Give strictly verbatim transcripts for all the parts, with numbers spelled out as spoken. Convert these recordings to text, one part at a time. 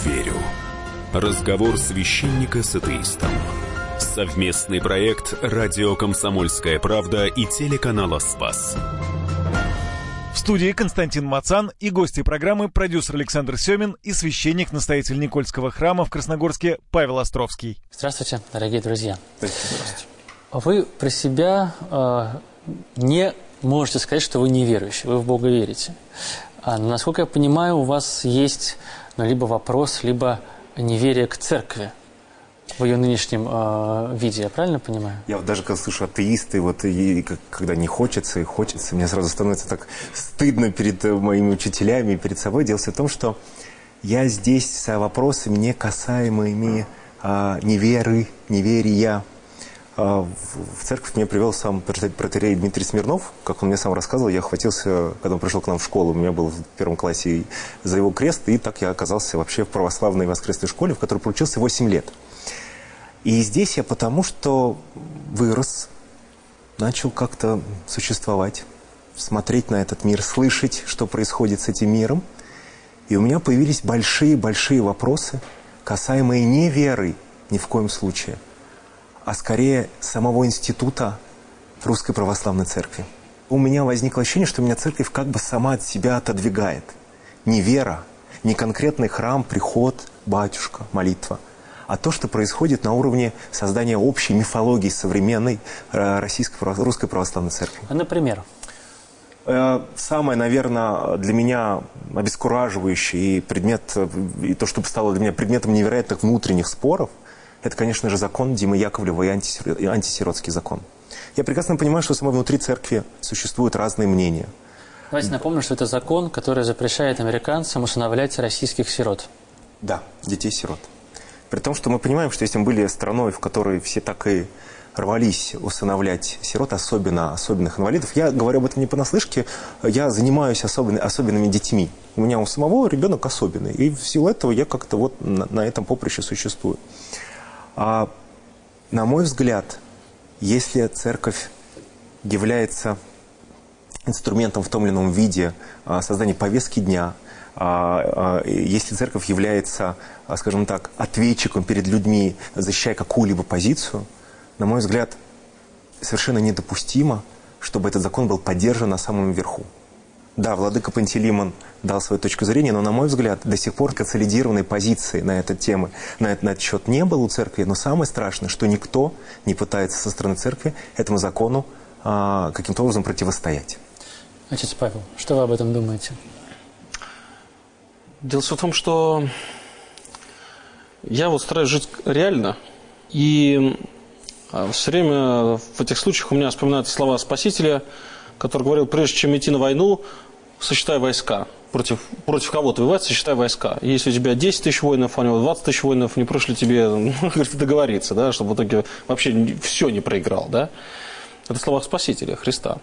верю». Разговор священника с атеистом. Совместный проект «Радио Комсомольская правда» и телеканала «Спас». В студии Константин Мацан и гости программы продюсер Александр Семин и священник-настоятель Никольского храма в Красногорске Павел Островский. Здравствуйте, дорогие друзья. Здравствуйте. Вы про себя э, не можете сказать, что вы неверующий, вы в Бога верите. А, но, насколько я понимаю, у вас есть ну, либо вопрос, либо неверие к церкви в ее нынешнем э, виде, я правильно понимаю? Я вот даже когда слышу атеисты, вот и, когда не хочется и хочется, мне сразу становится так стыдно перед моими учителями и перед собой. Дело в том, что я здесь с вопросами, не касаемыми э, неверы, неверия. Э, в церковь меня привел сам протоиерей Дмитрий Смирнов, как он мне сам рассказывал. Я хватился, когда он пришел к нам в школу, у меня был в первом классе за его крест, и так я оказался вообще в православной воскресной школе, в которой проучился восемь лет. И здесь я потому, что вырос, начал как-то существовать, смотреть на этот мир, слышать, что происходит с этим миром. И у меня появились большие-большие вопросы, касаемые не веры ни в коем случае, а скорее самого института Русской Православной Церкви. У меня возникло ощущение, что меня церковь как бы сама от себя отодвигает. Не вера, не конкретный храм, приход, батюшка, молитва, а то, что происходит на уровне создания общей мифологии современной российской, русской православной церкви. А, например? Самое, наверное, для меня обескураживающее и предмет, и то, что стало для меня предметом невероятных внутренних споров, это, конечно же, закон Димы Яковлева и антисиротский закон. Я прекрасно понимаю, что самой внутри церкви существуют разные мнения. Давайте напомню, что это закон, который запрещает американцам усыновлять российских сирот. Да, детей-сирот. При том, что мы понимаем, что если мы были страной, в которой все так и рвались усыновлять сирот, особенно особенных инвалидов, я говорю об этом не понаслышке, я занимаюсь особенными, особенными детьми. У меня у самого ребенок особенный, и в силу этого я как-то вот на, на этом поприще существую. А, на мой взгляд, если церковь является инструментом в том или ином виде а, создания повестки дня, если церковь является, скажем так, ответчиком перед людьми, защищая какую-либо позицию, на мой взгляд, совершенно недопустимо, чтобы этот закон был поддержан на самом верху. Да, владыка Пантелеймон дал свою точку зрения, но, на мой взгляд, до сих пор консолидированной позиции на эту тему, на этот, на этот счет не было у церкви. Но самое страшное, что никто не пытается со стороны церкви этому закону а, каким-то образом противостоять. Отец Павел, что вы об этом думаете? Дело в том, что я вот стараюсь жить реально, и все время в этих случаях у меня вспоминаются слова Спасителя, который говорил: прежде чем идти на войну, сосчитай войска. Против, против кого-то воевать, сосчитай войска. Если у тебя десять тысяч воинов, а у него двадцать тысяч воинов, не проще ли тебе договориться, да, чтобы в итоге вообще все не проиграл. Да? Это слова Спасителя, Христа.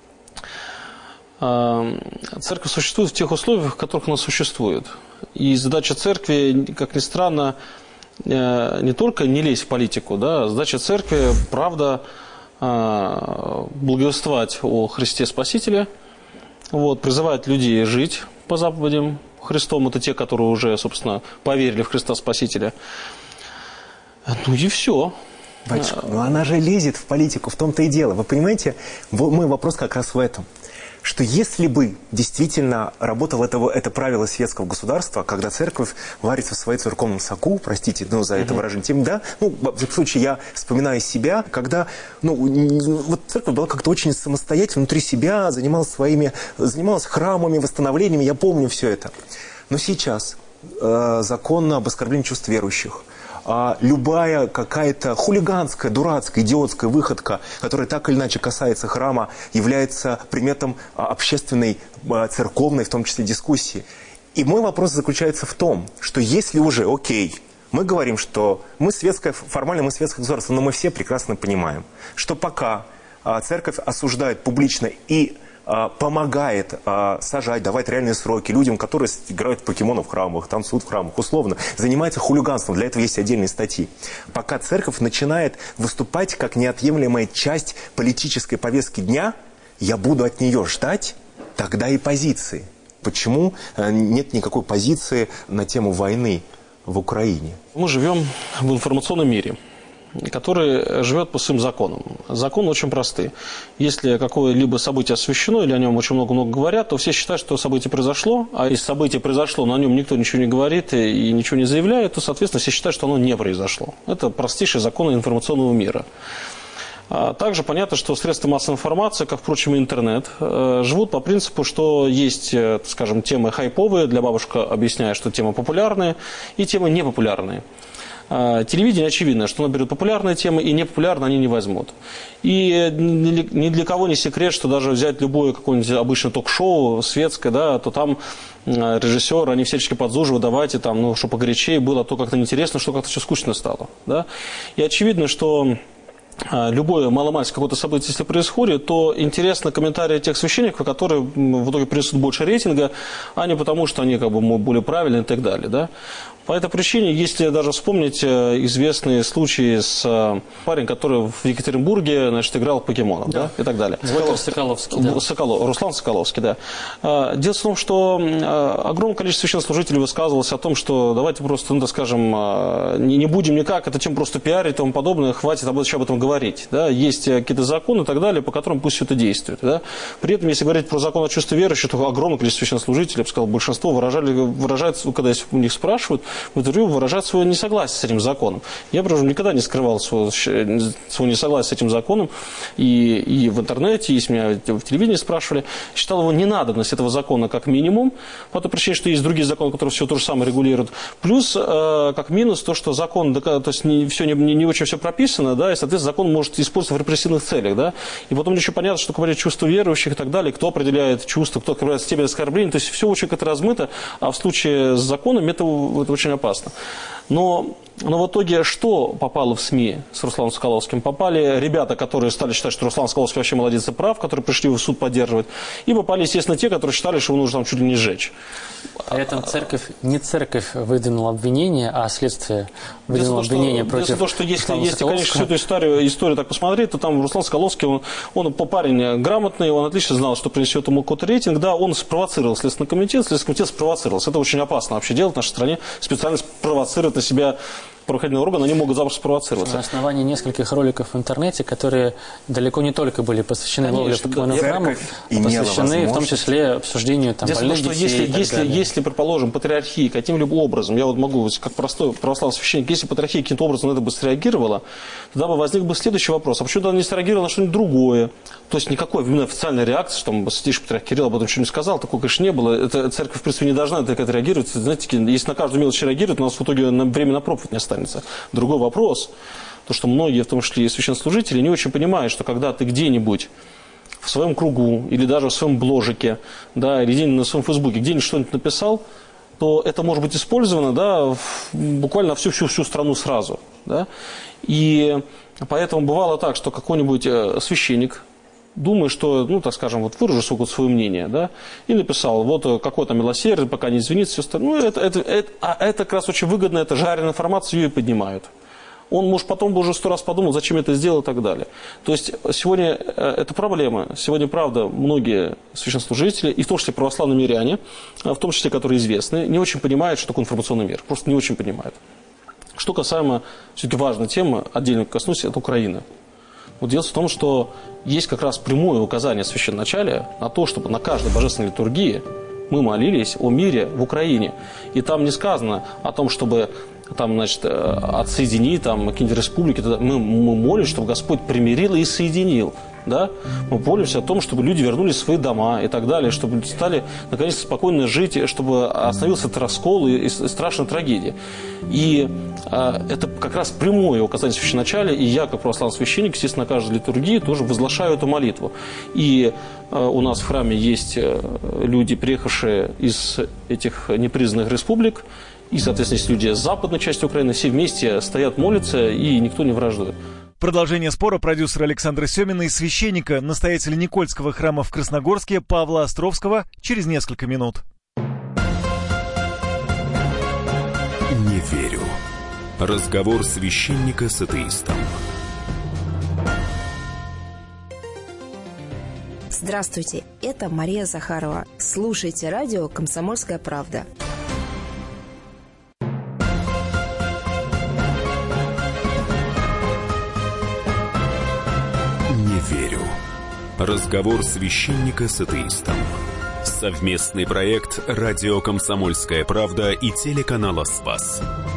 Церковь существует в тех условиях, в которых она существует. И задача церкви, как ни странно, не только не лезть в политику, да, задача церкви, правда, благовествовать о Христе Спасителе, вот, призывать людей жить по заповедям Христом. Это те, которые уже, собственно, поверили в Христа Спасителя. Ну и все. Батюшка, но она же лезет в политику, в том-то и дело. Вы понимаете, мой вопрос как раз в этом. Что если бы действительно работало это, это правило светского государства, когда церковь варится в своей церковном соку, простите, ну, за это выражение, тем, да, ну, в любом случае, я вспоминаю себя, когда, ну, вот церковь была как-то очень самостоятельна, внутри себя, занималась своими, занималась храмами, восстановлениями, я помню все это. Но сейчас э, закон об оскорблении чувств верующих, а любая какая-то хулиганская, дурацкая, идиотская выходка, которая так или иначе касается храма, является предметом общественной, церковной, в том числе, дискуссии. И мой вопрос заключается в том, что если уже, окей, мы говорим, что мы светское, формально мы светское государство, но мы все прекрасно понимаем, что пока церковь осуждает публично и помогает а, сажать, давать реальные сроки людям, которые играют в покемонов в храмах, танцуют в храмах, условно, занимаются хулиганством, для этого есть отдельные статьи. Пока церковь начинает выступать как неотъемлемая часть политической повестки дня, я буду от нее ждать тогда и позиции. Почему нет никакой позиции на тему войны? в Украине? Мы живем в информационном мире, который живет по своим законам. Законы очень простые. Если какое-либо событие освещено или о нем очень много-много говорят, то все считают, что событие произошло, а если событие произошло, но о нем никто ничего не говорит и ничего не заявляет, то, соответственно, все считают, что оно не произошло. Это простейшие законы информационного мира. Также понятно, что средства массовой информации, как, впрочем, и интернет, живут по принципу, что есть, скажем, темы хайповые, для бабушек объясняю, что темы популярные, и темы непопулярные. Телевидение очевидно, что оно берет популярные темы, и непопулярные они не возьмут. И ни для кого не секрет, что даже взять любое какое-нибудь обычное ток-шоу светское, да, то там режиссеры, они всячески подзуживают, давайте там, ну, что погорячее было, то как-то неинтересно, что как-то все скучно стало. Да? И очевидно, что любое маломальски какое-то событие, если происходит, то интересны комментарии тех священников, которые в итоге принесут больше рейтинга, а не потому, что они как бы более правильные и так далее. Да? По этой причине, если даже вспомнить известные случаи с парнем, который в Екатеринбурге, значит, играл в покемонов, да. Да, и так далее. Соколов, Соколовский, да. Соколов, Руслан Соколовский, да. Дело в том, что огромное количество священнослужителей высказывалось о том, что давайте просто, ну, так скажем, не будем никак, это чем просто пиарить и тому подобное, хватит об этом, об этом говорить. Да. Есть какие-то законы и так далее, по которым пусть все это действует. Да. При этом, если говорить про закон о чувстве верующих, то огромное количество священнослужителей, я бы сказал, большинство выражали, выражают, когда у них спрашивают, в интервью выражать свое несогласие с этим законом. Я, прежде никогда не скрывал своего, своего несогласия с этим законом. И, и в интернете, если меня в телевидении спрашивали, считал его ненадобность этого закона как минимум, по той причине, что есть другие законы, которые все то же самое регулируют. Плюс, э, как минус, то, что закон, то есть не, все, не, не очень все прописано, да, и, соответственно, закон может использоваться в репрессивных целях. Да, и потом еще понятно, что говорит чувство верующих и так далее, кто определяет чувства, кто определяет степень оскорбления. То есть все очень как-то размыто, а в случае с законом это, это очень опасно. Но, но в итоге что попало в СМИ с Русланом Соколовским? Попали ребята, которые стали считать, что Руслан Соколовский вообще молодец и прав, которые пришли в суд поддерживать. И попали, естественно, те, которые считали, что его нужно там чуть ли не сжечь. При этом церковь, не церковь выдвинула обвинение, а следствие выдвинуло обвинение против Дело в том, что если, если конечно, всю эту историю, историю так посмотреть, то там Руслан Соколовский, он, он парень грамотный, он отлично знал, что принесет ему какой-то рейтинг. Да, он спровоцировал Следственный комитет, Следственный комитет спровоцировался. Это очень опасно вообще делать в нашей стране, специально спровоцировать на себя правоохранительные органы, они могут запросто спровоцироваться. На основании нескольких роликов в интернете, которые далеко не только были посвящены ловле покемонов храмов, а посвящены в том числе обсуждению там, больных что детей если, и так если, далее. если, предположим, патриархия каким-либо образом, я вот могу, как простой православный священник, если патриархия каким-то образом на это бы среагировала, тогда бы возник бы следующий вопрос. А почему она не среагировала на что-нибудь другое? То есть никакой именно официальной реакции, что там святейший патриарх Кирилл об этом ничего не сказал, такого, конечно, не было. Это, церковь, в принципе, не должна на это реагировать. Знаете, если на каждую мелочь реагирует, у нас в итоге время на проповедь не останется. Другой вопрос, то, что многие, в том числе и священнослужители, не очень понимают, что когда ты где-нибудь в своем кругу или даже в своем бложике, да, или где-нибудь на своем фейсбуке, где-нибудь что-нибудь написал, то это может быть использовано, да, буквально на всю-всю страну сразу. Да? И поэтому бывало так, что какой-нибудь священник, думая, что, ну, так скажем, вот выражу свое мнение, да, и написал, вот какое-то милосердие, пока не извинится, все остальное. Ну, это, это, это, а это как раз очень выгодно, это жареная информация, ее и поднимают. Он, может, потом бы уже сто раз подумал, зачем это сделал и так далее. То есть сегодня это проблема. Сегодня, правда, многие священнослужители, и в том числе православные миряне, в том числе, которые известны, не очень понимают, что такое информационный мир. Просто не очень понимают. Что касаемо, все-таки важной темы, отдельно коснусь, это Украина. Вот дело в том, что есть как раз прямое указание священноначалия на то, чтобы на каждой божественной литургии мы молились о мире в Украине. И там не сказано о том, чтобы там, значит, отсоединить там, какие-нибудь республики. Мы, мы молимся, чтобы Господь примирил и соединил. Да? Мы молимся о том, чтобы люди вернулись в свои дома и так далее, чтобы стали наконец-то спокойно жить, чтобы остановился этот раскол и, и страшная трагедия. И а, это как раз прямое указание священноначалия, и я, как православный священник, естественно, на каждой литургии тоже возглашаю эту молитву. И а, у нас в храме есть люди, приехавшие из этих непризнанных республик, и, соответственно, есть люди с западной части Украины, все вместе стоят, молятся, и никто не враждует. Продолжение спора продюсера Александра Семина и священника, настоятеля Никольского храма в Красногорске Павла Островского через несколько минут. Не верю. Разговор священника с атеистом. Здравствуйте, это Мария Захарова. Слушайте радио «Комсомольская правда». Разговор священника с атеистом. Совместный проект «Радио Комсомольская правда» и телеканала «Спас».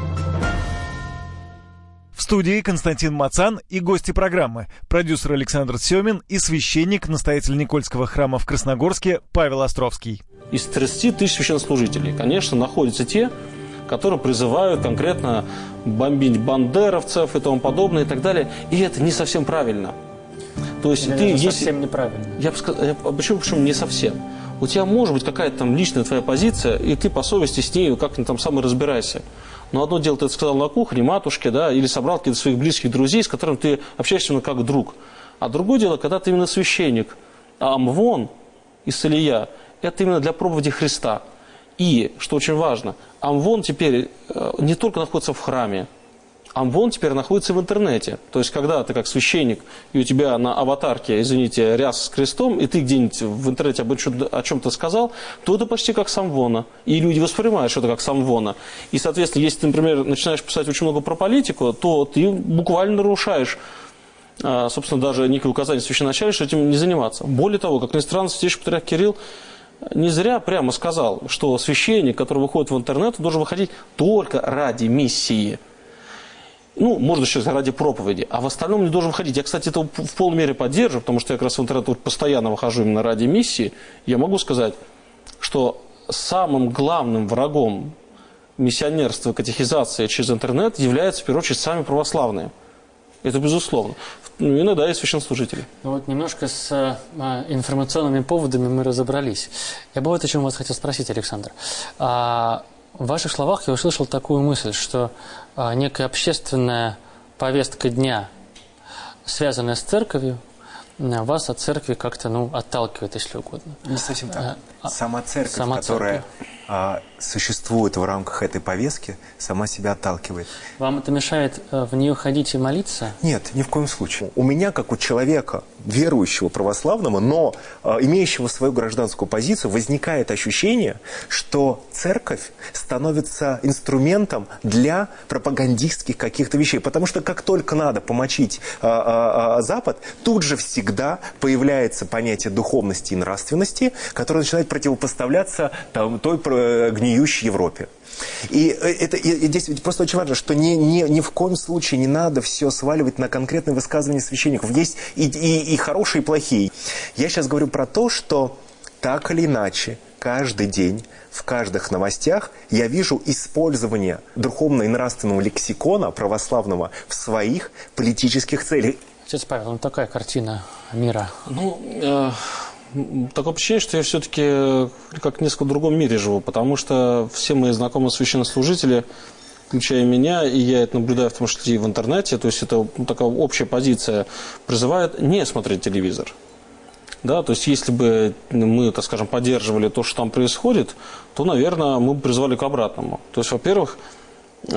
В студии Константин Мацан и гости программы, продюсер Александр Семин и священник, настоятель Никольского храма в Красногорске Павел Островский. Из тридцати тысяч священнослужителей, конечно, находятся те, которые призывают конкретно бомбить бандеровцев и тому подобное и так далее. И это не совсем правильно. То есть Или ты совсем если... неправильно. Я бы сказал, я... почему, почему не совсем? У тебя может быть какая-то там личная твоя позиция, и ты по совести с ней как-нибудь там сам и разбирайся. Но одно дело, ты это сказал на кухне, матушке, да, или собрал каких-то своих близких друзей, с которыми ты общаешься именно как друг. А другое дело, когда ты именно священник. А Амвон из Илия – это именно для проповеди Христа. И, что очень важно, Амвон теперь не только находится в храме, Амвон теперь находится в интернете. То есть, когда ты как священник, и у тебя на аватарке, извините, ряса с крестом, и ты где-нибудь в интернете о чем-то сказал, то это почти как с Амвона. И люди воспринимают, что это как с Амвона. И, соответственно, если ты, например, начинаешь писать очень много про политику, то ты буквально нарушаешь, собственно, даже некие указания священноначалища этим не заниматься. Более того, как ни странно, святейший патриарх Кирилл не зря прямо сказал, что священник, который выходит в интернет, должен выходить только ради миссии. Ну, можно еще сказать, ради проповеди, а в остальном не должен выходить. Я, кстати, это в полной мере поддерживаю, потому что я как раз в интернет постоянно выхожу именно ради миссии. Я могу сказать, что самым главным врагом миссионерства, катехизации через интернет являются, в первую очередь, сами православные. Это безусловно. Ну, иногда и священнослужители. Ну вот немножко с а, информационными поводами мы разобрались. Я бы вот о чем вас хотел спросить, Александр. А, в ваших словах я услышал такую мысль, что а, некая общественная повестка дня, связанная с церковью, вас от церкви как-то, ну, отталкивает, если угодно. Не совсем так. А, сама церковь, сама которая церковь. А, существует в рамках этой повестки, сама себя отталкивает. Вам это мешает в нее ходить и молиться? Нет, ни в коем случае. У меня, как у человека, верующего православного, но а, имеющего свою гражданскую позицию, возникает ощущение, что церковь становится инструментом для пропагандистских каких-то вещей. Потому что как только надо помочить а, а, а, Запад, тут же всегда появляется понятие духовности и нравственности, которое начинает противопоставляться там, той гниющей Европе. И, это, и здесь просто очень важно, что ни, ни, ни в коем случае не надо все сваливать на конкретные высказывания священников. Есть и, и, и хорошие, и плохие. Я сейчас говорю про то, что так или иначе каждый день в каждых новостях я вижу использование духовно- и нравственного лексикона православного в своих политических целях. Отец Павел, ну такая картина мира. Ну, э, такое впечатление, что я все-таки как в несколько другом мире живу, потому что все мои знакомые священнослужители, включая меня, и я это наблюдаю в том числе и в интернете, то есть это ну, такая общая позиция, призывают не смотреть телевизор. Да, то есть если бы мы, так скажем, поддерживали то, что там происходит, то, наверное, мы бы призвали к обратному. То есть, во-первых, э,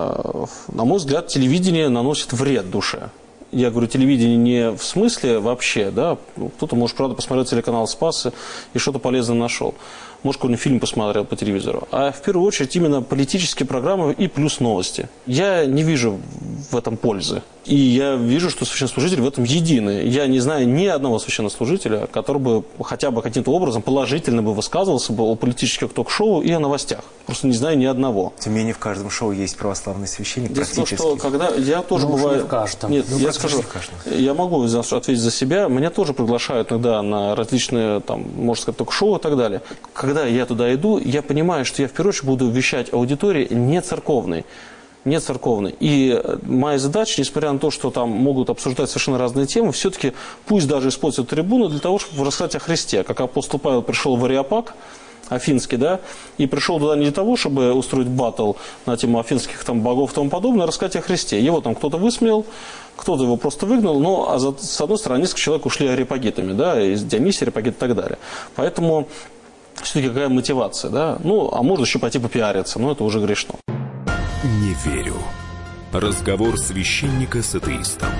на мой взгляд, телевидение наносит вред душе. Я говорю, телевидение не в смысле вообще, да, кто-то может, правда, посмотреть телеканал «Спас» и что-то полезное нашел. Может, какой-нибудь фильм посмотрел по телевизору. А в первую очередь именно политические программы и плюс новости. Я не вижу в этом пользы. И я вижу, что священнослужители в этом едины. Я не знаю ни одного священнослужителя, который бы хотя бы каким-то образом положительно бы высказывался бы о политических ток-шоу и о новостях. Просто не знаю ни одного. Тем не менее, в каждом шоу есть православный священник, Дело практически. в том, что когда я тоже ну, бываю... не в каждом. Нет, ну, я скажу, я могу ответить за себя. Меня тоже приглашают иногда на различные, там, можно сказать, ток-шоу и так далее. Когда я туда иду, я понимаю, что я в первую очередь буду вещать аудитории не церковной. Не церковной. И моя задача, несмотря на то, что там могут обсуждать совершенно разные темы, все-таки пусть даже используют трибуну для того, чтобы рассказать о Христе. Как апостол Павел пришел в Ареопаг, афинский, да, и пришел туда не для того, чтобы устроить баттл на тему афинских там богов и тому подобное, а рассказать о Христе. Его там кто-то высмеял, кто-то его просто выгнал, но а за, с одной стороны несколько человек ушли ареопагитами, да, из Дионисия, ареопагит и так далее. Поэтому все-таки какая мотивация, да? Ну, а можно еще пойти попиариться, но это уже грешно. Не верю. Разговор священника с атеистом.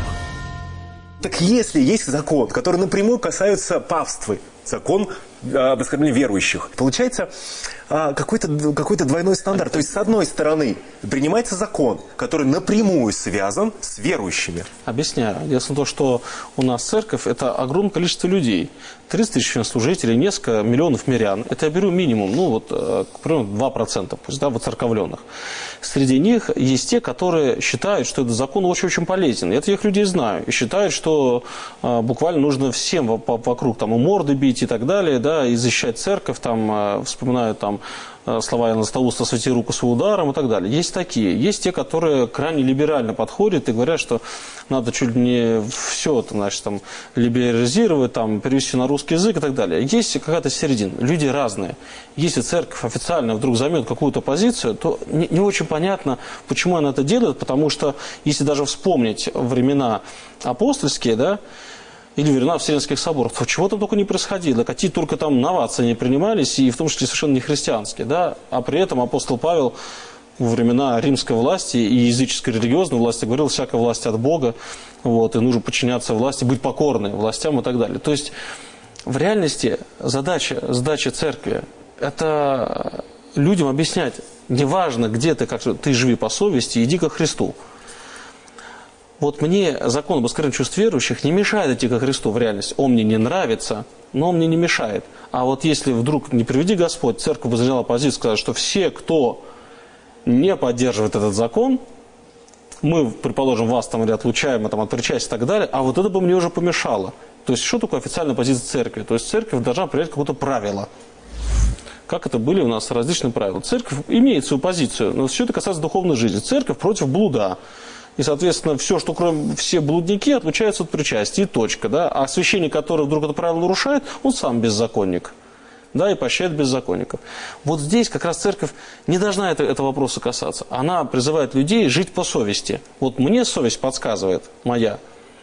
Так если есть закон, который напрямую касается паствы, закон об оскорблении верующих, получается, а, какой-то, какой-то двойной стандарт. То есть, с одной стороны, принимается закон, который напрямую связан с верующими. Объясняю. Дело в том, что у нас церковь – это огромное количество людей. тридцать тысяч служителей, несколько миллионов мирян. Это я беру минимум, ну вот, к примеру, два процента, пусть, да, воцерковленных. Среди них есть те, которые считают, что этот закон очень-очень полезен. Я этих людей знаю. И считают, что а, буквально нужно всем вокруг там, и морды бить и так далее, да, и защищать церковь, там, а, вспоминают там слова Иоанна Златоуста «святи руку свою ударом» и так далее. Есть такие. Есть те, которые крайне либерально подходят и говорят, что надо чуть ли не все это, значит, там, либерализировать, там, перевести на русский язык и так далее. Есть какая-то середина. Люди разные. Если церковь официально вдруг займет какую-то позицию, то не, не очень понятно, почему она это делает, потому что, если даже вспомнить времена апостольские, да, или времена Вселенских соборов, то чего там только не происходило, какие только там новации не принимались, и в том числе совершенно не христианские, да, а при этом апостол Павел во времена римской власти и языческой религиозной власти говорил: всякая власть от Бога, вот, и нужно подчиняться власти, быть покорны властям и так далее. То есть в реальности задача, задача церкви – это людям объяснять, неважно, где ты, как ты живи по совести, иди ко Христу. Вот мне закон об оскорблении чувств верующих не мешает идти ко Христу в реальности. Он мне не нравится, но он мне не мешает. А вот если вдруг, не приведи Господь, церковь бы заняла позицию, сказать, что все, кто не поддерживает этот закон, мы, предположим, вас там или отлучаем там, от причастия и так далее, а вот это бы мне уже помешало. То есть, что такое официальная позиция церкви? То есть, церковь должна принять какое-то правило. Как это были у нас различные правила. Церковь имеет свою позицию, но все это касается духовной жизни. Церковь против блуда. И, соответственно, все, что кроме все блудники, отлучаются от причастия, и точка. Да? А священник, который вдруг это правило нарушает, он сам беззаконник. Да, и поощряет беззаконников. Вот здесь как раз церковь не должна это, этого вопроса касаться. Она призывает людей жить по совести. Вот мне совесть подсказывает, моя,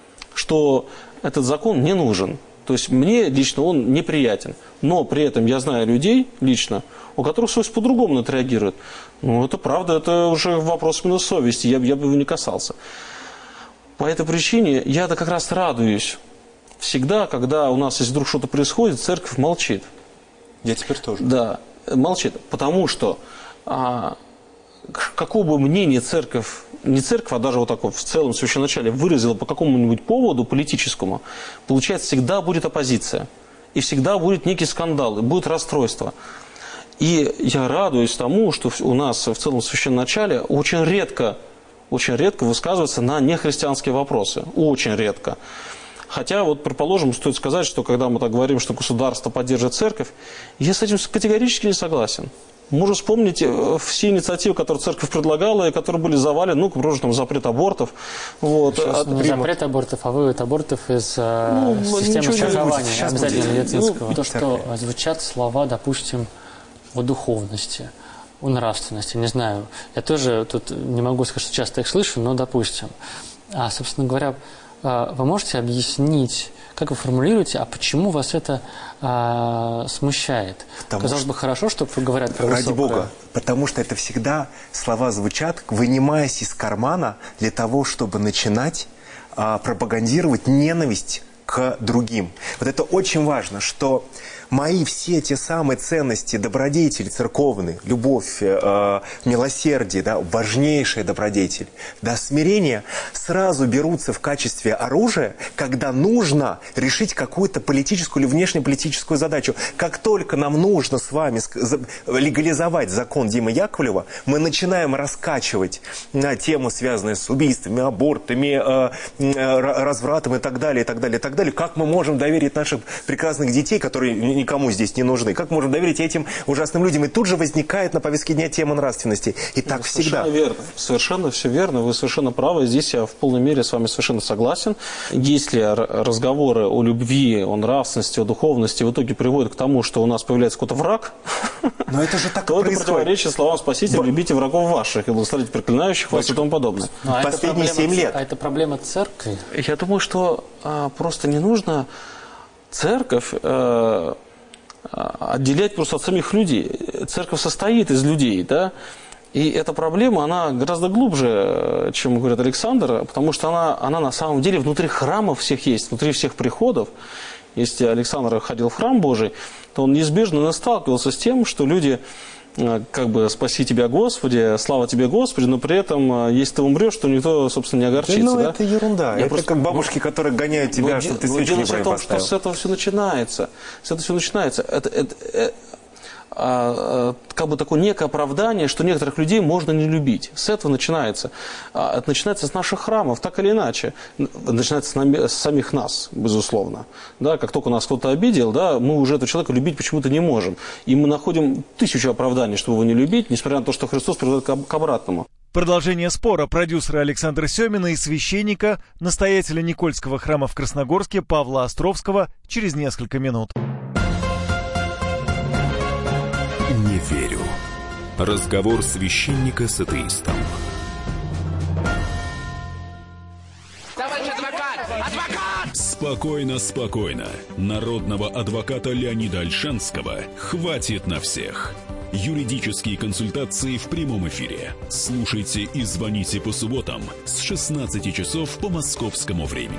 что этот закон не нужен. То есть мне лично он неприятен. Но при этом я знаю людей лично, у которых совесть по-другому на это реагирует. Ну, это правда, это уже вопрос именно совести, я, я бы его не касался. По этой причине я-то как раз радуюсь. Всегда, когда у нас, если вдруг что-то происходит, церковь молчит. Я теперь тоже. Да, молчит. Потому что а, какое бы мнение церковь, не церковь, а даже вот так вот в целом в священноначале выразила по какому-нибудь поводу политическому, получается, всегда будет оппозиция. И всегда будет некий скандал, и будет расстройство. И я радуюсь тому, что у нас в целом в священноначале очень редко, очень редко высказывается на нехристианские вопросы. Очень редко. Хотя, вот, предположим, стоит сказать, что когда мы так говорим, что государство поддерживает церковь, я с этим категорически не согласен. Можно вспомнить все инициативы, которые церковь предлагала, и которые были завалены, ну, например, там, запрет абортов. Вот, от... Не запрет абортов, а вывод абортов из ну, системы страхования обязательно медицинского. Ну, то, что звучат слова, допустим, о духовности, о нравственности, не знаю. Я тоже тут не могу сказать, что часто их слышу, но допустим. А, собственно говоря, вы можете объяснить, как вы формулируете, а почему вас это а, смущает? Потому Казалось что... бы, хорошо, что говорят про Ради высокое. Бога, потому что это всегда слова звучат, вынимаясь из кармана для того, чтобы начинать а, пропагандировать ненависть к другим. Вот это очень важно, что мои все те самые ценности, добродетели церковные, любовь, э, милосердие, да, важнейшая добродетель, да, смирение, сразу берутся в качестве оружия, когда нужно решить какую-то политическую или внешнеполитическую задачу. Как только нам нужно с вами легализовать закон Димы Яковлева, мы начинаем раскачивать на тему, связанную с убийствами, абортами, э, э, развратом и так далее, и так далее, и так далее. Как мы можем доверить наших прекрасных детей, которые никому здесь не нужны, как можем доверить этим ужасным людям? И тут же возникает на повестке дня тема нравственности. И так всегда. Совершенно верно. Совершенно все верно. Вы совершенно правы. Здесь я в полной мере с вами совершенно согласен. Если разговоры о любви, о нравственности, о духовности в итоге приводят к тому, что у нас появляется какой-то враг, но это же так то это противоречит словам Спасителя: любите врагов ваших и благословите проклинающих вас и тому подобное. А последние семь лет. А это проблема церкви? Я думаю, что а, просто не нужно церковь а, отделять просто от самих людей. Церковь состоит из людей, да, и эта проблема, она гораздо глубже, чем говорит Александр, потому что она, она на самом деле внутри храмов всех есть, внутри всех приходов, Если Александр ходил в храм Божий, то он неизбежно сталкивался с тем, что люди как бы «спаси тебя, Господи», «слава тебе, Господи», но при этом, если ты умрешь, то никто, собственно, не огорчится. Ну, да? это ерунда. Я это просто... как бабушки, которые гоняют тебя, но, чтобы ты но свечку не правильно поставил. Что с этого все начинается. С этого все начинается. Это, это, это, а, как бы такое некое оправдание, что некоторых людей можно не любить. С этого начинается. Это начинается с наших храмов, так или иначе. Начинается с, нами, с самих нас, безусловно. Да, как только нас кто-то обидел, да, мы уже этого человека любить почему-то не можем. И мы находим тысячу оправданий, чтобы его не любить, несмотря на то, что Христос приводит к обратному. Продолжение спора продюсера Александра Семина и священника, настоятеля Никольского храма в Красногорске Павла Островского через несколько минут. Не верю. Разговор священника с атеистом. Товарищ адвокат! Адвокат! Спокойно, спокойно. Народного адвоката Леонида Ольшанского хватит на всех. Юридические консультации в прямом эфире. Слушайте и звоните по субботам с шестнадцати часов по московскому времени.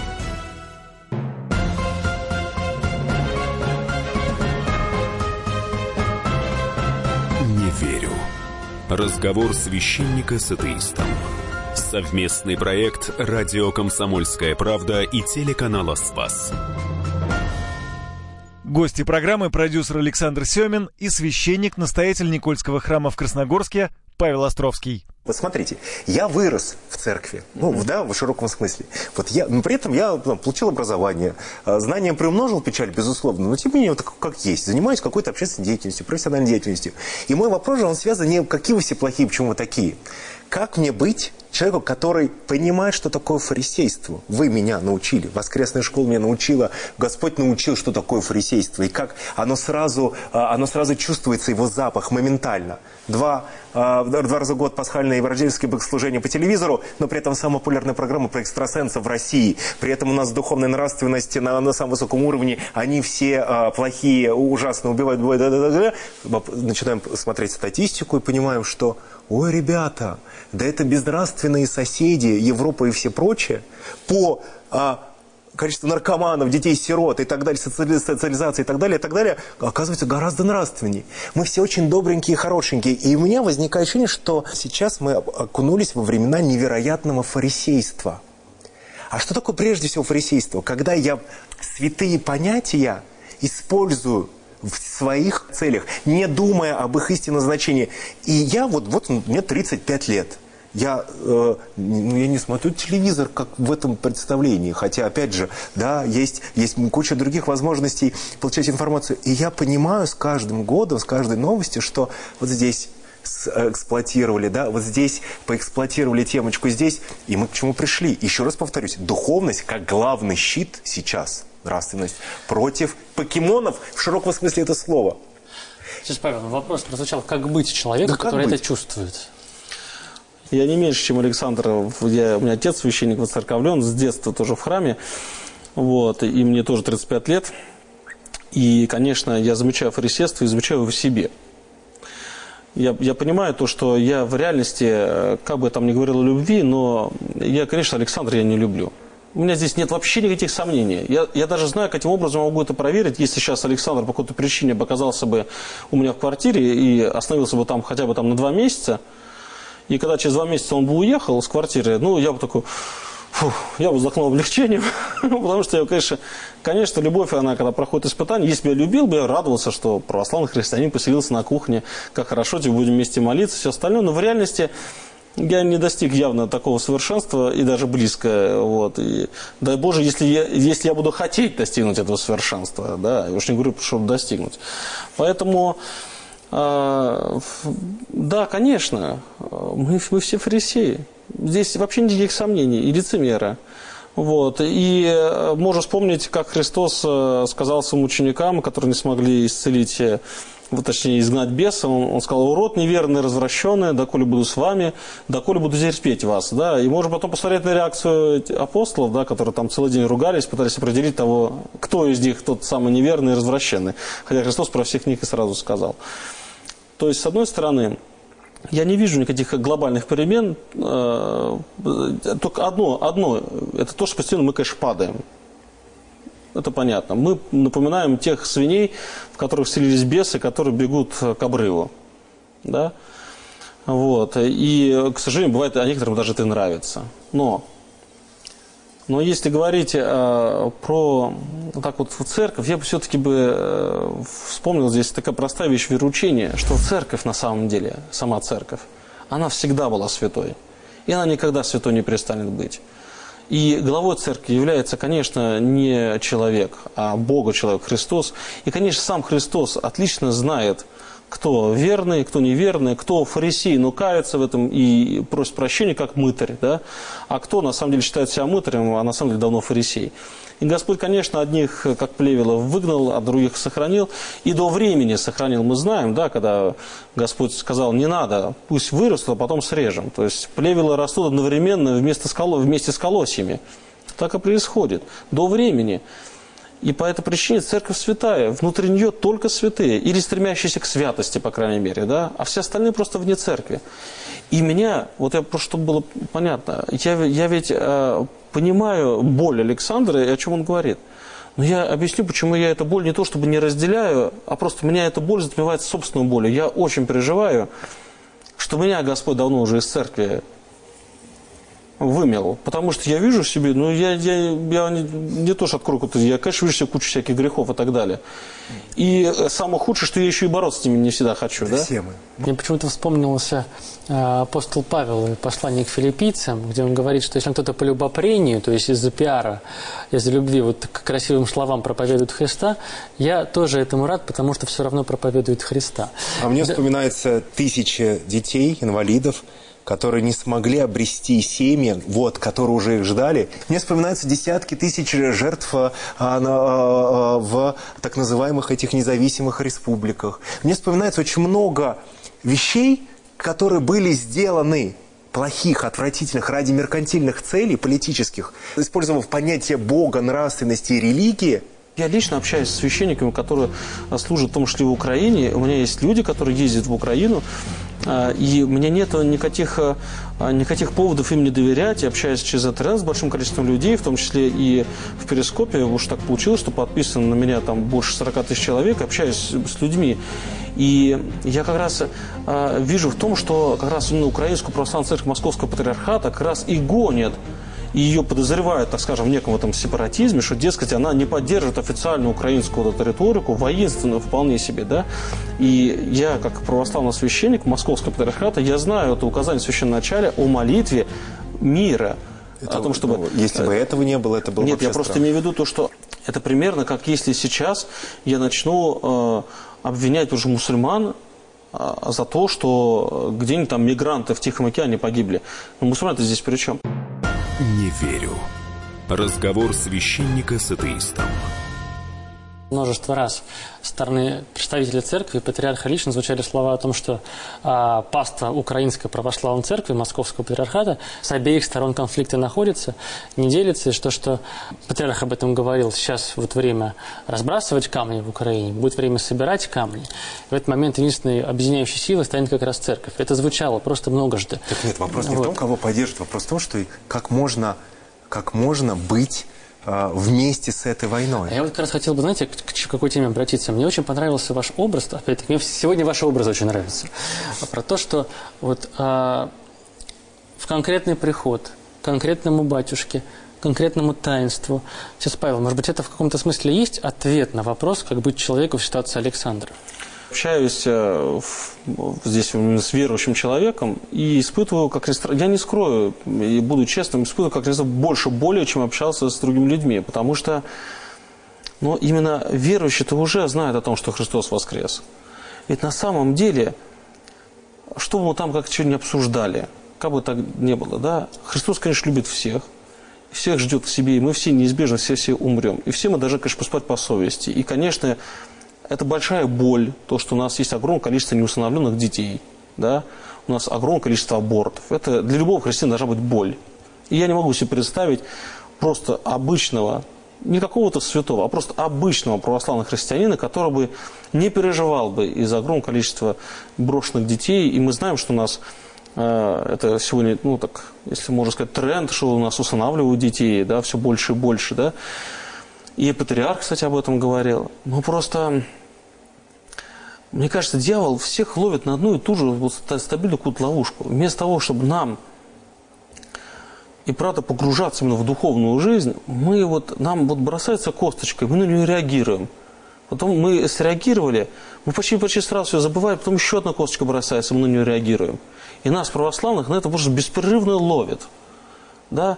Не верю. Разговор священника с атеистом. Совместный проект «Радио Комсомольская правда» и телеканала «Спас». Гости программы — продюсер Александр Семин и священник, настоятель Никольского храма в Красногорске Павел Островский. Вот смотрите, я вырос в церкви, ну, да, в широком смысле. Вот я, но при этом я там, получил образование, знания приумножил, печаль, безусловно, но тем не менее, вот как есть, занимаюсь какой-то общественной деятельностью, профессиональной деятельностью. И мой вопрос же, он связан не какие вы все плохие, почему вы такие. Как мне быть человеку, который понимает, что такое фарисейство? Вы меня научили, воскресная школа меня научила, Господь научил, что такое фарисейство, и как оно сразу, оно сразу чувствуется, его запах моментально. Два, два раза в год пасхальное и рождественское богослужение по телевизору, но при этом самая популярная программа про экстрасенсов в России. При этом у нас духовная нравственность на, на самом высоком уровне, они все а, плохие, ужасно убивают, да, да, да, да. Начинаем смотреть статистику и понимаем, что, ой, ребята, да это безнравственные соседи, Европа и все прочее, по а, количеству наркоманов, детей-сирот и так далее, социализации и так далее, и так далее, оказывается гораздо нравственнее. Мы все очень добренькие и хорошенькие. И у меня возникает ощущение, что сейчас мы окунулись во времена невероятного фарисейства. А что такое прежде всего фарисейство? Когда я святые понятия использую в своих целях, не думая об их истинном значении. И я вот, вот мне тридцать пять лет. Я, э, ну, я не смотрю телевизор, как в этом представлении. Хотя, опять же, да, есть, есть куча других возможностей получать информацию. И я понимаю с каждым годом, с каждой новостью, что вот здесь эксплуатировали, да, вот здесь поэксплуатировали темочку, здесь. И мы к чему пришли? Еще раз повторюсь, духовность как главный щит сейчас, нравственность, против покемонов в широком смысле этого слова. Сейчас, Павел, вопрос прозвучал, как быть человеком, да, который быть? Это чувствует? Я не меньше, чем Александр. Я, у меня отец священник, воцерковлен, с детства тоже в храме. Вот, и мне тоже тридцать пять лет. И, конечно, я замечаю фарисейство и замечаю его в себе. Я, я понимаю то, что я в реальности, как бы я там ни говорил о любви, но я, конечно, Александра я не люблю. У меня здесь нет вообще никаких сомнений. Я, я даже знаю, каким образом я могу это проверить, если сейчас Александр по какой-то причине бы оказался бы у меня в квартире и остановился бы там хотя бы там на два месяца. И когда через два месяца он бы уехал с квартиры, ну, я бы такой, фух, я бы вздохнул облегчением, потому что, я, конечно, конечно, любовь, она, когда проходит испытание, если бы я любил бы, я радовался, что православный христианин поселился на кухне, как хорошо, тебе будем вместе молиться, все остальное, но в реальности я не достиг явно такого совершенства и даже близко, вот, и дай Боже, если я, если я буду хотеть достигнуть этого совершенства, да, я уж не говорю, чтобы достигнуть, поэтому... Да, конечно, мы, мы все фарисеи. Здесь вообще никаких сомнений и лицемера. Вот. И можно вспомнить, как Христос сказал своим ученикам, которые не смогли исцелить, точнее, изгнать беса. Он, он сказал: урод неверный, развращенный, доколе буду с вами, доколе буду терпеть вас. Да? И можно потом посмотреть на реакцию апостолов, да, которые там целый день ругались, пытались определить того, кто из них тот самый неверный и развращенный. Хотя Христос про всех них и сразу сказал. То есть, с одной стороны, я не вижу никаких глобальных перемен. Только одно, одно – это то, что постепенно мы, конечно, падаем. это понятно. Мы напоминаем тех свиней, в которых вселились бесы, которые бегут к обрыву. Да? Вот. И, к сожалению, бывает, а некоторым даже это нравится. Но, но если говорить э, про так вот, церковь, я бы все-таки бы э, вспомнил здесь такая простая вещь вероучения, что церковь на самом деле, сама церковь, она всегда была святой. И она никогда святой не перестанет быть. И главой церкви является, конечно, не человек, а Бога человек, Христос. И, конечно, сам Христос отлично знает, кто верный, кто неверный, кто фарисей, но кается в этом и просит прощения, как мытарь, да? А кто на самом деле считает себя мытарем, а на самом деле давно фарисей. И Господь, конечно, одних, как плевелов, выгнал, а других сохранил. И до времени сохранил, мы знаем, да, когда Господь сказал, не надо, пусть вырастут, а потом срежем. То есть плевелы растут одновременно вместе с, коло... вместе с колосьями. Так и происходит. До времени. И по этой причине церковь святая, внутри нее только святые, или стремящиеся к святости, по крайней мере, да, а все остальные просто вне церкви. И меня, вот я просто, чтобы было понятно, я, я ведь э, понимаю боль Александра и о чем он говорит. Но я объясню, почему я эту боль не то чтобы не разделяю, а просто меня эта боль затмевает собственную болью. Я очень переживаю, что меня Господь давно уже из церкви вымел, потому что я вижу в себе, ну я, я, я не, не то, что открою, я, конечно, вижу себе кучу всяких грехов и так далее. И самое худшее, что я еще и бороться с ними не всегда хочу. Да? Все мы. Мне почему-то вспомнился э, апостол Павел, послание к филиппийцам, где он говорит, что если кто-то по любопрению, то есть из-за пиара, из-за любви вот к красивым словам проповедует Христа, я тоже этому рад, потому что все равно проповедует Христа. А мне да... вспоминается тысячи детей, инвалидов, которые не смогли обрести семьи, вот, которые уже их ждали. Мне вспоминаются десятки тысяч жертв а, а, а, в так называемых этих независимых республиках. Мне вспоминается очень много вещей, которые были сделаны плохих, отвратительных, ради меркантильных целей, политических, использовав понятие Бога, нравственности и религии. Я лично общаюсь с священниками, которые служат в том числе в Украине. У меня есть люди, которые ездят в Украину, и у меня нет никаких, никаких поводов им не доверять. Я общаюсь через интернет с большим количеством людей, в том числе и в Перископе. Уж так получилось, что подписано на меня там больше сорока тысяч человек. Общаюсь с людьми. И я как раз э, вижу в том, что как раз именно Украинскую православную церковь Московского патриархата как раз и гонят. И ее подозревают, так скажем, в неком этом сепаратизме, что, дескать, она не поддерживает официальную украинскую вот эту риторику, воинственную вполне себе, да. И я, как православный священник Московского патриархата, я знаю это указание священноначалия о молитве мира. Это, о том, чтобы... ну, если бы этого не было, это было бы Нет, я странно. просто имею в виду то, что это примерно как если сейчас я начну э, обвинять уже мусульман э, за то, что где-нибудь там мигранты в Тихом океане погибли. Но мусульмане-то здесь при чем? Не верю. Разговор священника с атеистом. Множество раз со стороны представителей церкви, патриарха лично звучали слова о том, что а, паства Украинской православной церкви, Московского патриархата, с обеих сторон конфликта находится, не делится, и что, что патриарх об этом говорил, сейчас вот время разбрасывать камни в Украине, будет время собирать камни. И в этот момент единственной объединяющей силой станет как раз церковь. Это звучало просто многожды. Так нет, вопрос не вот. в том, кого поддерживать, вопрос в том, что как можно, как можно быть вместе с этой войной. Я вот как раз хотел бы, знаете, к, к какой теме обратиться. Мне очень понравился ваш образ. Опять-таки, мне сегодня ваш образ очень нравится. Про то, что вот а, в конкретный приход, конкретному батюшке, конкретному таинству. Сейчас, Павел, может быть, это в каком-то смысле есть ответ на вопрос, как быть человеку в ситуации Александра? Общаюсь э, в, здесь с верующим человеком и испытываю, как я не скрою, и буду честным, испытываю как раз больше боли, чем общался с другими людьми, потому что ну, именно верующие-то уже знают о том, что Христос воскрес. Ведь на самом деле, что бы мы там как-то не обсуждали, как бы так ни было, да, Христос, конечно, любит всех, всех ждет к себе, и мы все неизбежно все-все умрем. И все мы должны, конечно, поступать по совести. И, конечно, это большая боль, то, что у нас есть огромное количество неусыновленных детей, да? У нас огромное количество абортов. Это для любого христианина должна быть боль. И я не могу себе представить просто обычного, не какого-то святого, а просто обычного православного христианина, который бы не переживал бы из-за огромного количества брошенных детей. И мы знаем, что у нас э, это сегодня, ну так, если можно сказать, тренд, что у нас усыновливают детей, да, все больше и больше, да. И патриарх, кстати, об этом говорил. Ну, просто, мне кажется, дьявол всех ловит на одну и ту же вот, стабильную какую-то ловушку. Вместо того, чтобы нам и правда погружаться именно в духовную жизнь, мы вот, нам вот бросается косточкой, мы на нее реагируем. Потом мы среагировали, мы почти, почти сразу все забываем, потом еще одна косточка бросается, мы на нее реагируем. И нас, православных, на это просто беспрерывно ловит. Да?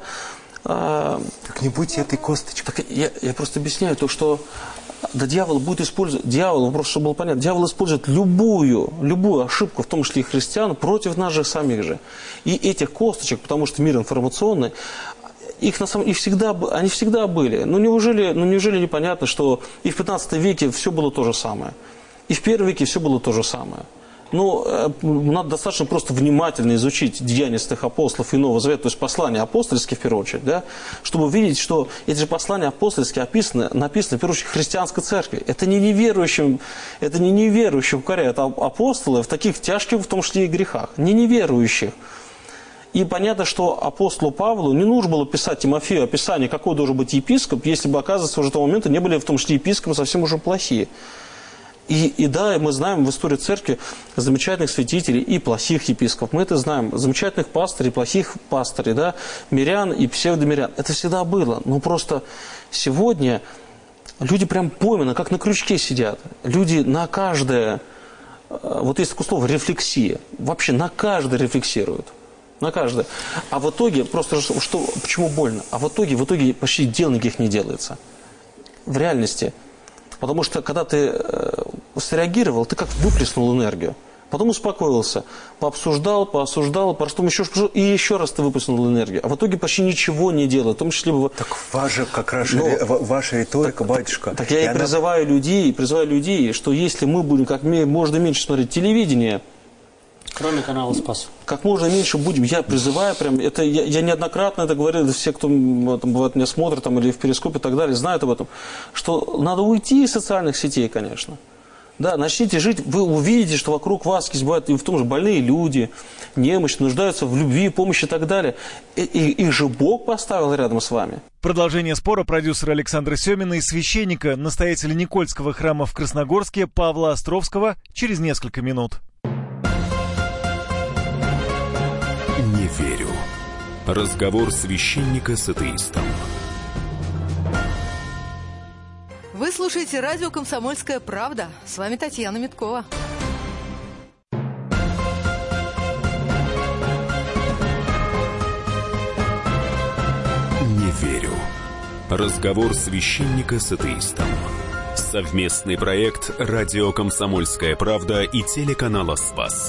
А, так не будьте этой косточкой. Так я, я просто объясняю то, что да, дьявол будет использовать, дьявол, просто чтобы было понятно, дьявол использует любую, любую ошибку, в том числе и христиан, против нас же самих же. И этих косточек, потому что мир информационный, их на самом, их всегда, они всегда были. Ну неужели, ну неужели непонятно, что и в пятнадцатом веке все было то же самое, и в первом веке все было то же самое. Ну, надо достаточно просто внимательно изучить деяния святых апостолов и Нового Завета, то есть послания апостольские, в первую очередь, да, чтобы увидеть, что эти же послания апостольские описаны, написаны, в первую очередь, христианской церкви. Это не неверующим, это не неверующим укоряют апостолы в таких тяжких, в том числе и грехах, не неверующих. И понятно, что апостолу Павлу не нужно было писать Тимофею описание, какой должен быть епископ, если бы, оказывается, уже того момента не были, в том числе, епископы совсем уже плохие. И, и да, мы знаем в истории церкви замечательных святителей и плохих епископов. Мы это знаем. Замечательных пастырей, плохих пастырей, да, мирян и псевдомирян. Это всегда было. Но просто сегодня люди прям пойманы, как на крючке сидят. Люди на каждое, вот есть такое слово, рефлексия. Вообще на каждое рефлексируют. На каждое. А в итоге, просто что, почему больно? А в итоге, в итоге почти дел никаких не делается. В реальности. Потому что, когда ты э, среагировал, ты как выплеснул энергию. Потом успокоился, пообсуждал, поосуждал, потом еще, и еще раз ты выплеснул энергию. А в итоге почти ничего не делал. В том числе... Так ваша, как раз, Но, ваша риторика, так, батюшка. Так я и, и она... призываю людей, призываю людей, что если мы будем как можно меньше смотреть телевидение, кроме канала «Спас». Как можно меньше будем. Я призываю прям, это я, я неоднократно это говорил, все, кто там, бывает, меня смотрит там, или в перископе и так далее, знают об этом, что надо уйти из социальных сетей, конечно. Да, начните жить, вы увидите, что вокруг вас есть, бывают и в том же больные люди, немощные, нуждаются в любви, помощи и так далее. И, и, их же Бог поставил рядом с вами. Продолжение спора продюсера Александра Семина и священника, настоятеля Никольского храма в Красногорске Павла Островского через несколько минут. Не верю. Разговор священника с атеистом. Вы слушаете радио «Комсомольская правда». С вами Татьяна Миткова. Не верю. Разговор священника с атеистом. Совместный проект «Радио Комсомольская правда» и телеканала «Спас».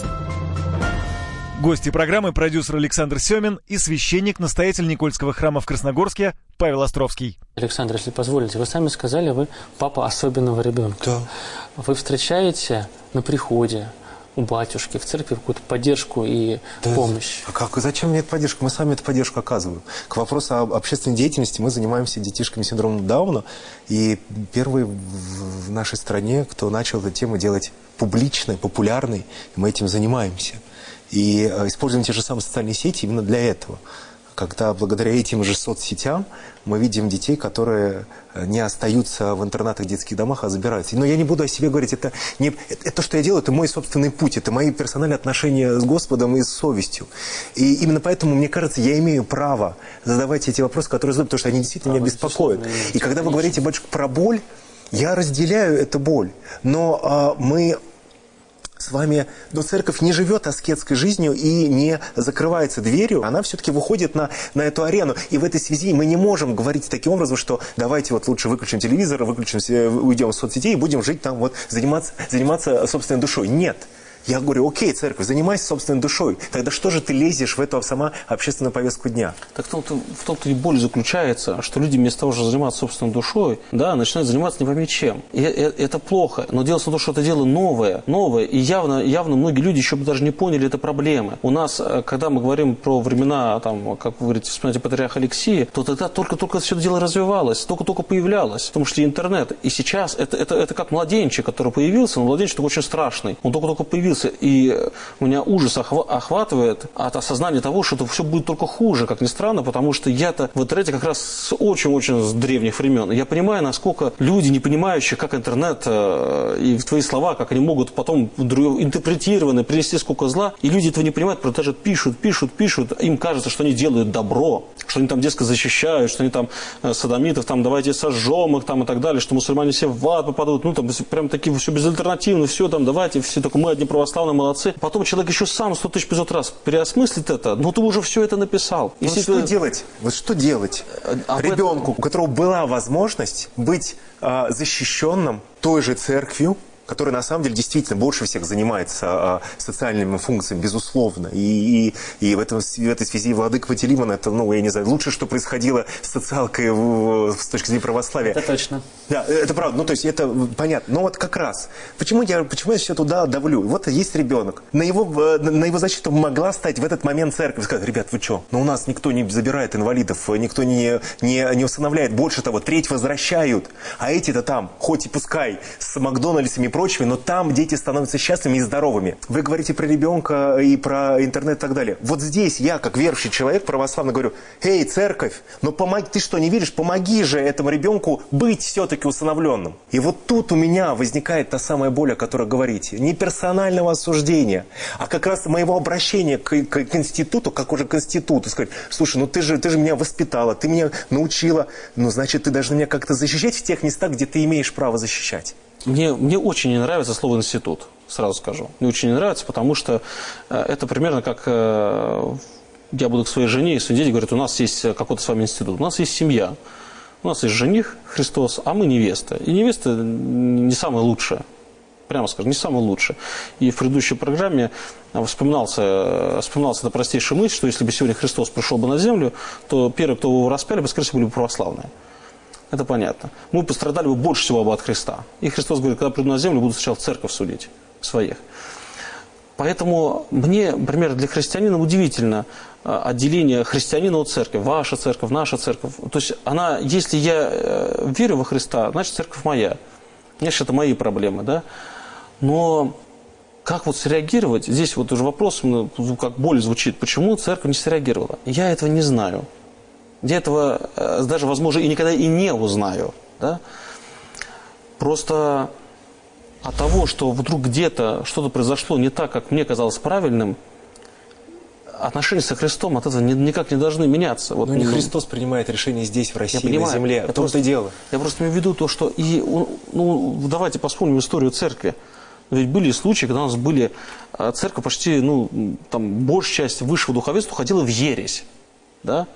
Гости программы — продюсер Александр Семин и священник-настоятель Никольского храма в Красногорске Павел Островский. Александр, если позволите, вы сами сказали, вы папа особенного ребенка. Да. Вы встречаете на приходе у батюшки в церкви какую-то поддержку и да. помощь. А как? Зачем мне эта поддержка? Мы сами эту поддержку оказываем. К вопросу об общественной деятельности мы занимаемся детишками с синдромом Дауна. И первый в нашей стране, кто начал эту тему делать публичной, популярной, мы этим занимаемся. И используем те же самые социальные сети именно для этого. Когда благодаря этим же соцсетям мы видим детей, которые не остаются в интернатах, детских домах, а забираются. Но я не буду о себе говорить. Это, не, это то, что я делаю, это мой собственный путь. Это мои персональные отношения с Господом и с совестью. И именно поэтому, мне кажется, я имею право задавать эти вопросы, которые задают, потому что они действительно меня беспокоят. И когда вы говорите, батюшка, про боль, я разделяю эту боль. Но а, мы... с вами, но церковь не живет аскетской жизнью и не закрывается дверью, она все-таки выходит на, на эту арену. И в этой связи мы не можем говорить таким образом, что давайте вот лучше выключим телевизор, выключим, уйдем с соцсетей и будем жить там, вот, заниматься, заниматься собственной душой. Нет. Я говорю, окей, церковь, занимайся собственной душой. Тогда что же ты лезешь в эту сама общественную повестку дня? Так в том-то, в том-то и боль заключается, что люди вместо того, чтобы заниматься собственной душой, да, начинают заниматься не пойми чем. И это плохо. Но дело в том, что это дело новое, новое. И явно, явно многие люди еще даже не поняли этой проблемы. У нас, когда мы говорим про времена, там, как вы говорите, вспоминаете патриарха Алексия, то тогда только-только все это дело развивалось, только-только появлялось, в том числе интернет. И сейчас это, это, это как младенчик, который появился, но младенчик такой очень страшный. Он только-только появился. молился, и меня ужас охватывает от осознания того, что это все будет только хуже, как ни странно, потому что я-то в интернете как раз с очень-очень с древних времен. Я понимаю, насколько люди, не понимающие, как интернет и твои слова, как они могут потом интерпретированы, принести сколько зла, и люди этого не понимают, просто даже пишут, пишут, пишут, им кажется, что они делают добро, что они там, дескать, защищают, что они там содомитов, там, давайте сожжем их, там, и так далее, что мусульмане все в ад попадут, ну, там, прям такие все безальтернативно, все там, давайте, все только мы одни православные, молодцы. Потом человек еще сам сто тысяч пятьсот раз переосмыслит это, но ты уже все это написал. Вот что это... делать? Вот что делать а ребенку, этом... у которого была возможность быть а, защищенным той же церковью, который на самом деле действительно больше всех занимается э, социальными функциями, безусловно. И, и, и в, этом, в этой связи владыка Ватилимон, это, ну, я не знаю, лучшее, что происходило с социалкой в, с точки зрения православия. Это точно. Да, это правда. Ну, то есть, это понятно. Но вот как раз. Почему я, почему я все туда давлю? Вот есть ребенок. На его, на его защиту могла стать в этот момент церковь. Сказать: ребят, вы что? Ну, у нас никто не забирает инвалидов, никто не, не, не усыновляет. Больше того, треть возвращают. А эти-то там, хоть и пускай с Макдональдсами, прочими, но там дети становятся счастливыми и здоровыми. Вы говорите про ребенка и про интернет и так далее. Вот здесь я, как верующий человек, православно говорю: эй, церковь, ну помоги, ты что, не видишь? Помоги же этому ребенку быть все-таки усыновленным. И вот тут у меня возникает та самая боль, о которой говорите. Не персонального осуждения, а как раз моего обращения к, к, к институту, как уже к институту. Сказать: слушай, ну ты же, ты же меня воспитала, ты меня научила, ну значит, ты должна меня как-то защищать в тех местах, где ты имеешь право защищать. Мне, мне очень не нравится слово «институт», сразу скажу. Мне очень не нравится, потому что э, это примерно как э, я буду к своей жене и своим детям говорить: у нас есть какой-то с вами институт, у нас есть семья, у нас есть жених Христос, а мы невеста. И невеста не самая лучшая, прямо скажем, не самая лучшая. И в предыдущей программе вспоминался, вспоминался эта простейшая мысль, что если бы сегодня Христос пришел бы на землю, то первые, кто его распяли бы, скорее всего, были бы православные. Это понятно. Мы пострадали бы больше всего бы от Христа. И Христос говорит: когда приду на землю, буду сначала церковь судить своих. Поэтому мне, например, для христианина удивительно отделение христианина от церкви. Ваша церковь, наша церковь. То есть она, если я верю во Христа, значит церковь моя. Значит, это мои проблемы, да? Но как вот среагировать? Здесь вот уже вопрос, как боль звучит. Почему церковь не среагировала? Я этого не знаю. Я этого даже, возможно, и никогда и не узнаю. Да? Просто от того, что вдруг где-то что-то произошло не так, как мне казалось правильным, отношения со Христом от этого никак не должны меняться. Вот, но не ну, Христос принимает решение здесь, в России, я понимаю, на земле. В том-то и дело. Я просто имею в виду то, что... И, ну, давайте вспомним историю церкви. Ведь были случаи, когда у нас были... Церковь почти, ну, там, большая часть высшего духовенства уходила в ересь. Да?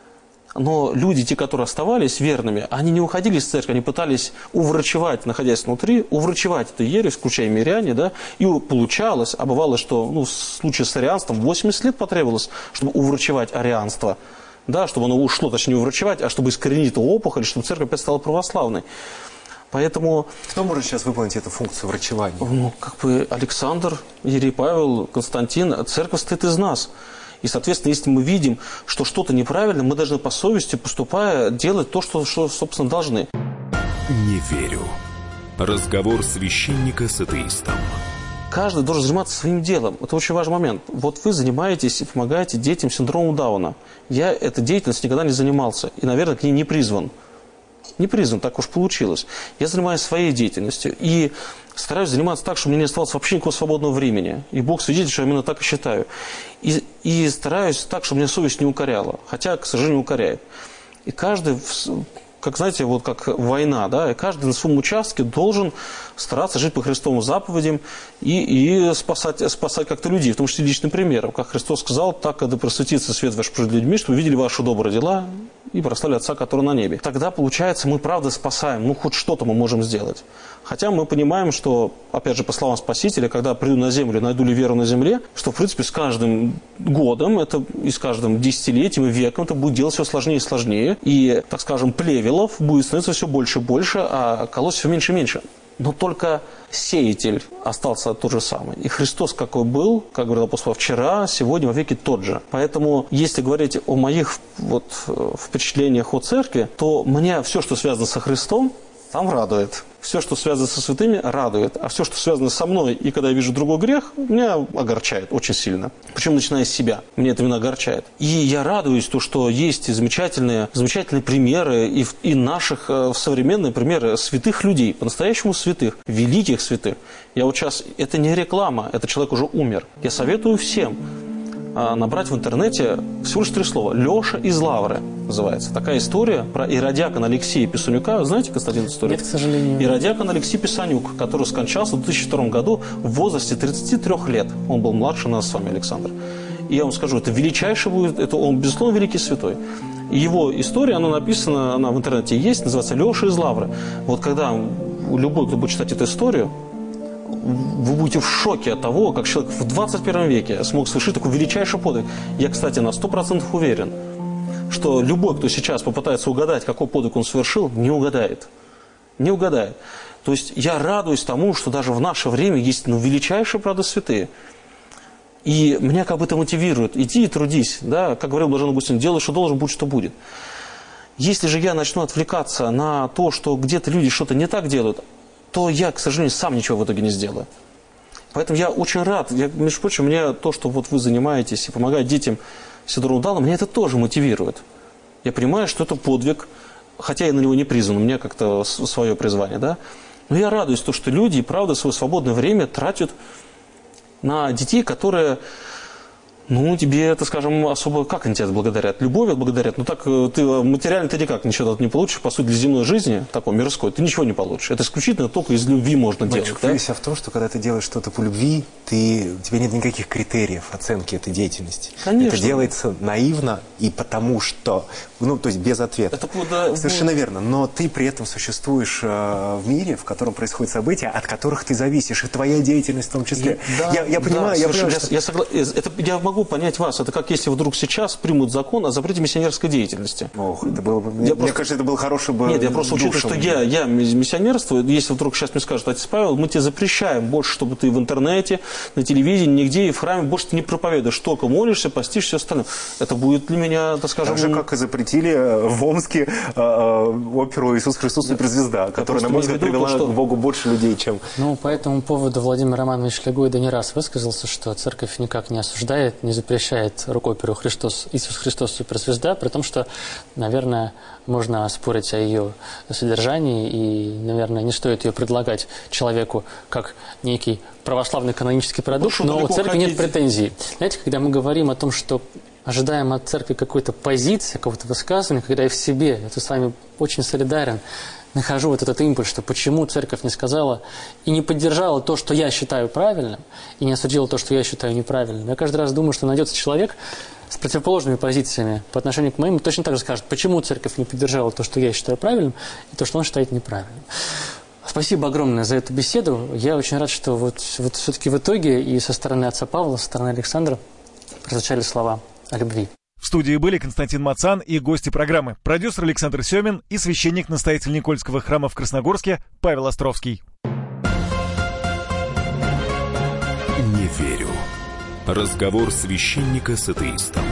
Но люди, те, которые оставались верными, они не уходили из церкви, они пытались уврачевать, находясь внутри, уврачевать эту ересь, включая миряне, да, и получалось, а бывало, что, ну, в случае с арианством восемьдесят лет потребовалось, чтобы уврачевать арианство, да, чтобы оно ушло, точнее, не уврачевать, а чтобы искоренить эту опухоль, чтобы церковь опять стала православной. Поэтому... Кто может сейчас выполнить эту функцию врачевания? Ну, как бы Александр, Иерей Павел, Константин, церковь стоит из нас. И, соответственно, если мы видим, что что-то неправильно, мы должны по совести, поступая, делать то, что, что собственно, должны. Не верю. Разговор священника с атеистом. Каждый должен заниматься своим делом. Это очень важный момент. Вот вы занимаетесь и помогаете детям с синдромом Дауна. Я этой деятельностью никогда не занимался. И, наверное, к ней не призван. Не призван, так уж получилось. Я занимаюсь своей деятельностью. И стараюсь заниматься так, чтобы мне не оставалось вообще никакого свободного времени. И Бог свидетель, что я именно так и считаю. И, и стараюсь так, чтобы меня совесть не укоряла. Хотя, к сожалению, укоряет. И каждый, как знаете, вот как война, да, и каждый на своем участке должен стараться жить по Христовым заповедям и, и спасать, спасать как-то людей, в том числе личным примером. Как Христос сказал: так, когда просветится свет ваш пред людьми, чтобы увидели ваши добрые дела и прославили Отца, который на небе. Тогда, получается, мы правда спасаем, ну, хоть что-то мы можем сделать. Хотя мы понимаем, что, опять же, по словам Спасителя, когда приду на землю, найду ли веру на земле, что, в принципе, с каждым годом, это, и с каждым десятилетием и веком это будет делать все сложнее и сложнее. И, так скажем, плевелов будет становиться все больше и больше, а колосьев все меньше и меньше. Но только сеятель остался тот же самый. И Христос какой был, как говорил апостол, вчера, сегодня, во веки тот же. Поэтому, если говорить о моих вот, впечатлениях о церкви, то меня все, что связано со Христом, там радует. все, что связано со святыми, радует. А все, что связано со мной, и когда я вижу другой грех, меня огорчает очень сильно. Причем начиная с себя. Меня это именно огорчает. И я радуюсь, то, что есть замечательные, замечательные примеры и, и наших э, современные примеры святых людей, по-настоящему святых, великих святых. Я вот сейчас, это не реклама, это человек уже умер. Я советую всем набрать в интернете всего лишь три слова. «Леша из Лавры» называется. Такая история про иродиакона Алексея Писанюка. Знаете, Константин, историю? Нет, к сожалению. Иродиакон Алексей Писанюк, который скончался в две тысячи втором году в возрасте тридцати трёх лет. Он был младше нас с вами, Александр. И я вам скажу, это величайший будет, это он, безусловно, великий святой. И его история, она написана, она в интернете есть, называется «Леша из Лавры». Вот когда любой, кто будет читать эту историю, вы будете в шоке от того, как человек в двадцать первом веке смог совершить такой величайший подвиг. Я, кстати, на сто процентов уверен, что любой, кто сейчас попытается угадать, какой подвиг он совершил, не угадает. Не угадает. То есть я радуюсь тому, что даже в наше время есть ну, величайшие, правда, святые. И меня как бы это мотивирует. Иди и трудись. Да? Как говорил Блаженный Августин, делай, что должен, будь, что будет. Если же я начну отвлекаться на то, что где-то люди что-то не так делают, то я, к сожалению, сам ничего в итоге не сделаю. Поэтому я очень рад. Я, между прочим, мне то, что вот вы занимаетесь и помогаете детям Сидору Далу, меня это тоже мотивирует. Я понимаю, что это подвиг, хотя я на него не призван, у меня как-то свое призвание, да. Но я радуюсь, то, что люди, правда, свое свободное время тратят на детей, которые... Ну, тебе это, скажем, особо, как они тебя благодарят? Любовью благодарят? Ну, так, ты материально ты никак ничего не получишь, по сути, для земной жизни, такой мирской, ты ничего не получишь. Это исключительно только из любви можно Мальчик, делать. Мальчик, да? в том, что когда ты делаешь что-то по любви, ты, у тебя нет никаких критериев оценки этой деятельности. Конечно. Это делается наивно и потому что, ну, то есть без ответа. Это, да, совершенно да. верно. Но ты при этом существуешь э, в мире, в котором происходят события, от которых ты зависишь, и твоя деятельность в том числе. Да, я, я понимаю, да, я понимаю, я, что... я, согла... это, я могу понять вас. Это как если вдруг сейчас примут закон о запрете миссионерской деятельности. Ох, это было бы... Я мне просто... кажется, это был хороший бы... Нет, я просто учитываю, что я, я миссионерствую. Если вдруг сейчас мне скажут, отец Павел, мы тебе запрещаем больше, чтобы ты в интернете, на телевидении, нигде и в храме больше ты не проповедуешь, только молишься, постишь, все остальное. Это будет для меня, так скажем... Так же, как и запретили в Омске э, оперу «Иисус Христос суперзвезда», которая, на мой взгляд, привела то, что... к Богу больше людей, чем... Ну, по этому поводу Владимир Романович Легойда не раз высказался, что церковь никак не осуждает, не запрещает рок-оперу «Христос, Иисус Христос суперзвезда», при том, что, наверное, можно спорить о ее содержании, и, наверное, не стоит ее предлагать человеку как некий православный канонический продукт, но у церкви нет претензий. Знаете, когда мы говорим о том, что ожидаем от церкви какой-то позиции, какого-то высказывания, когда я в себе, я тут с вами очень солидарен, нахожу вот этот импульс, что почему церковь не сказала и не поддержала то, что я считаю правильным, и не осудила то, что я считаю неправильным. Я каждый раз думаю, что найдется человек с противоположными позициями по отношению к моим, и точно так же скажет, почему церковь не поддержала то, что я считаю правильным, и то, что он считает неправильным. Спасибо огромное за эту беседу. Я очень рад, что вот, вот все-таки в итоге и со стороны отца Павла, со стороны Александра прозвучали слова о любви. В студии были Константин Мацан и гости программы, продюсер Александр Семин и священник-настоятель Никольского храма в Красногорске Павел Островский. Не верю. Разговор священника с атеистом.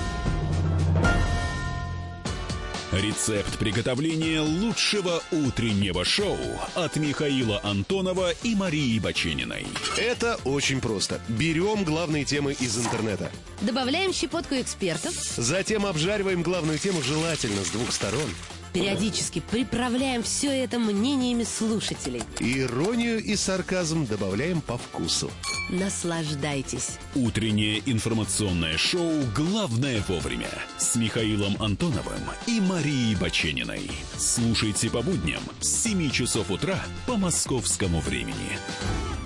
Рецепт приготовления лучшего утреннего шоу от Михаила Антонова и Марии Бачениной. Это очень просто. Берем главные темы из интернета. Добавляем щепотку экспертов. Затем обжариваем главную тему желательно с двух сторон. Периодически приправляем все это мнениями слушателей. Иронию и сарказм добавляем по вкусу. Наслаждайтесь. Утреннее информационное шоу «Главное вовремя» с Михаилом Антоновым и Марией Бачениной. Слушайте по будням с семи часов утра по московскому времени.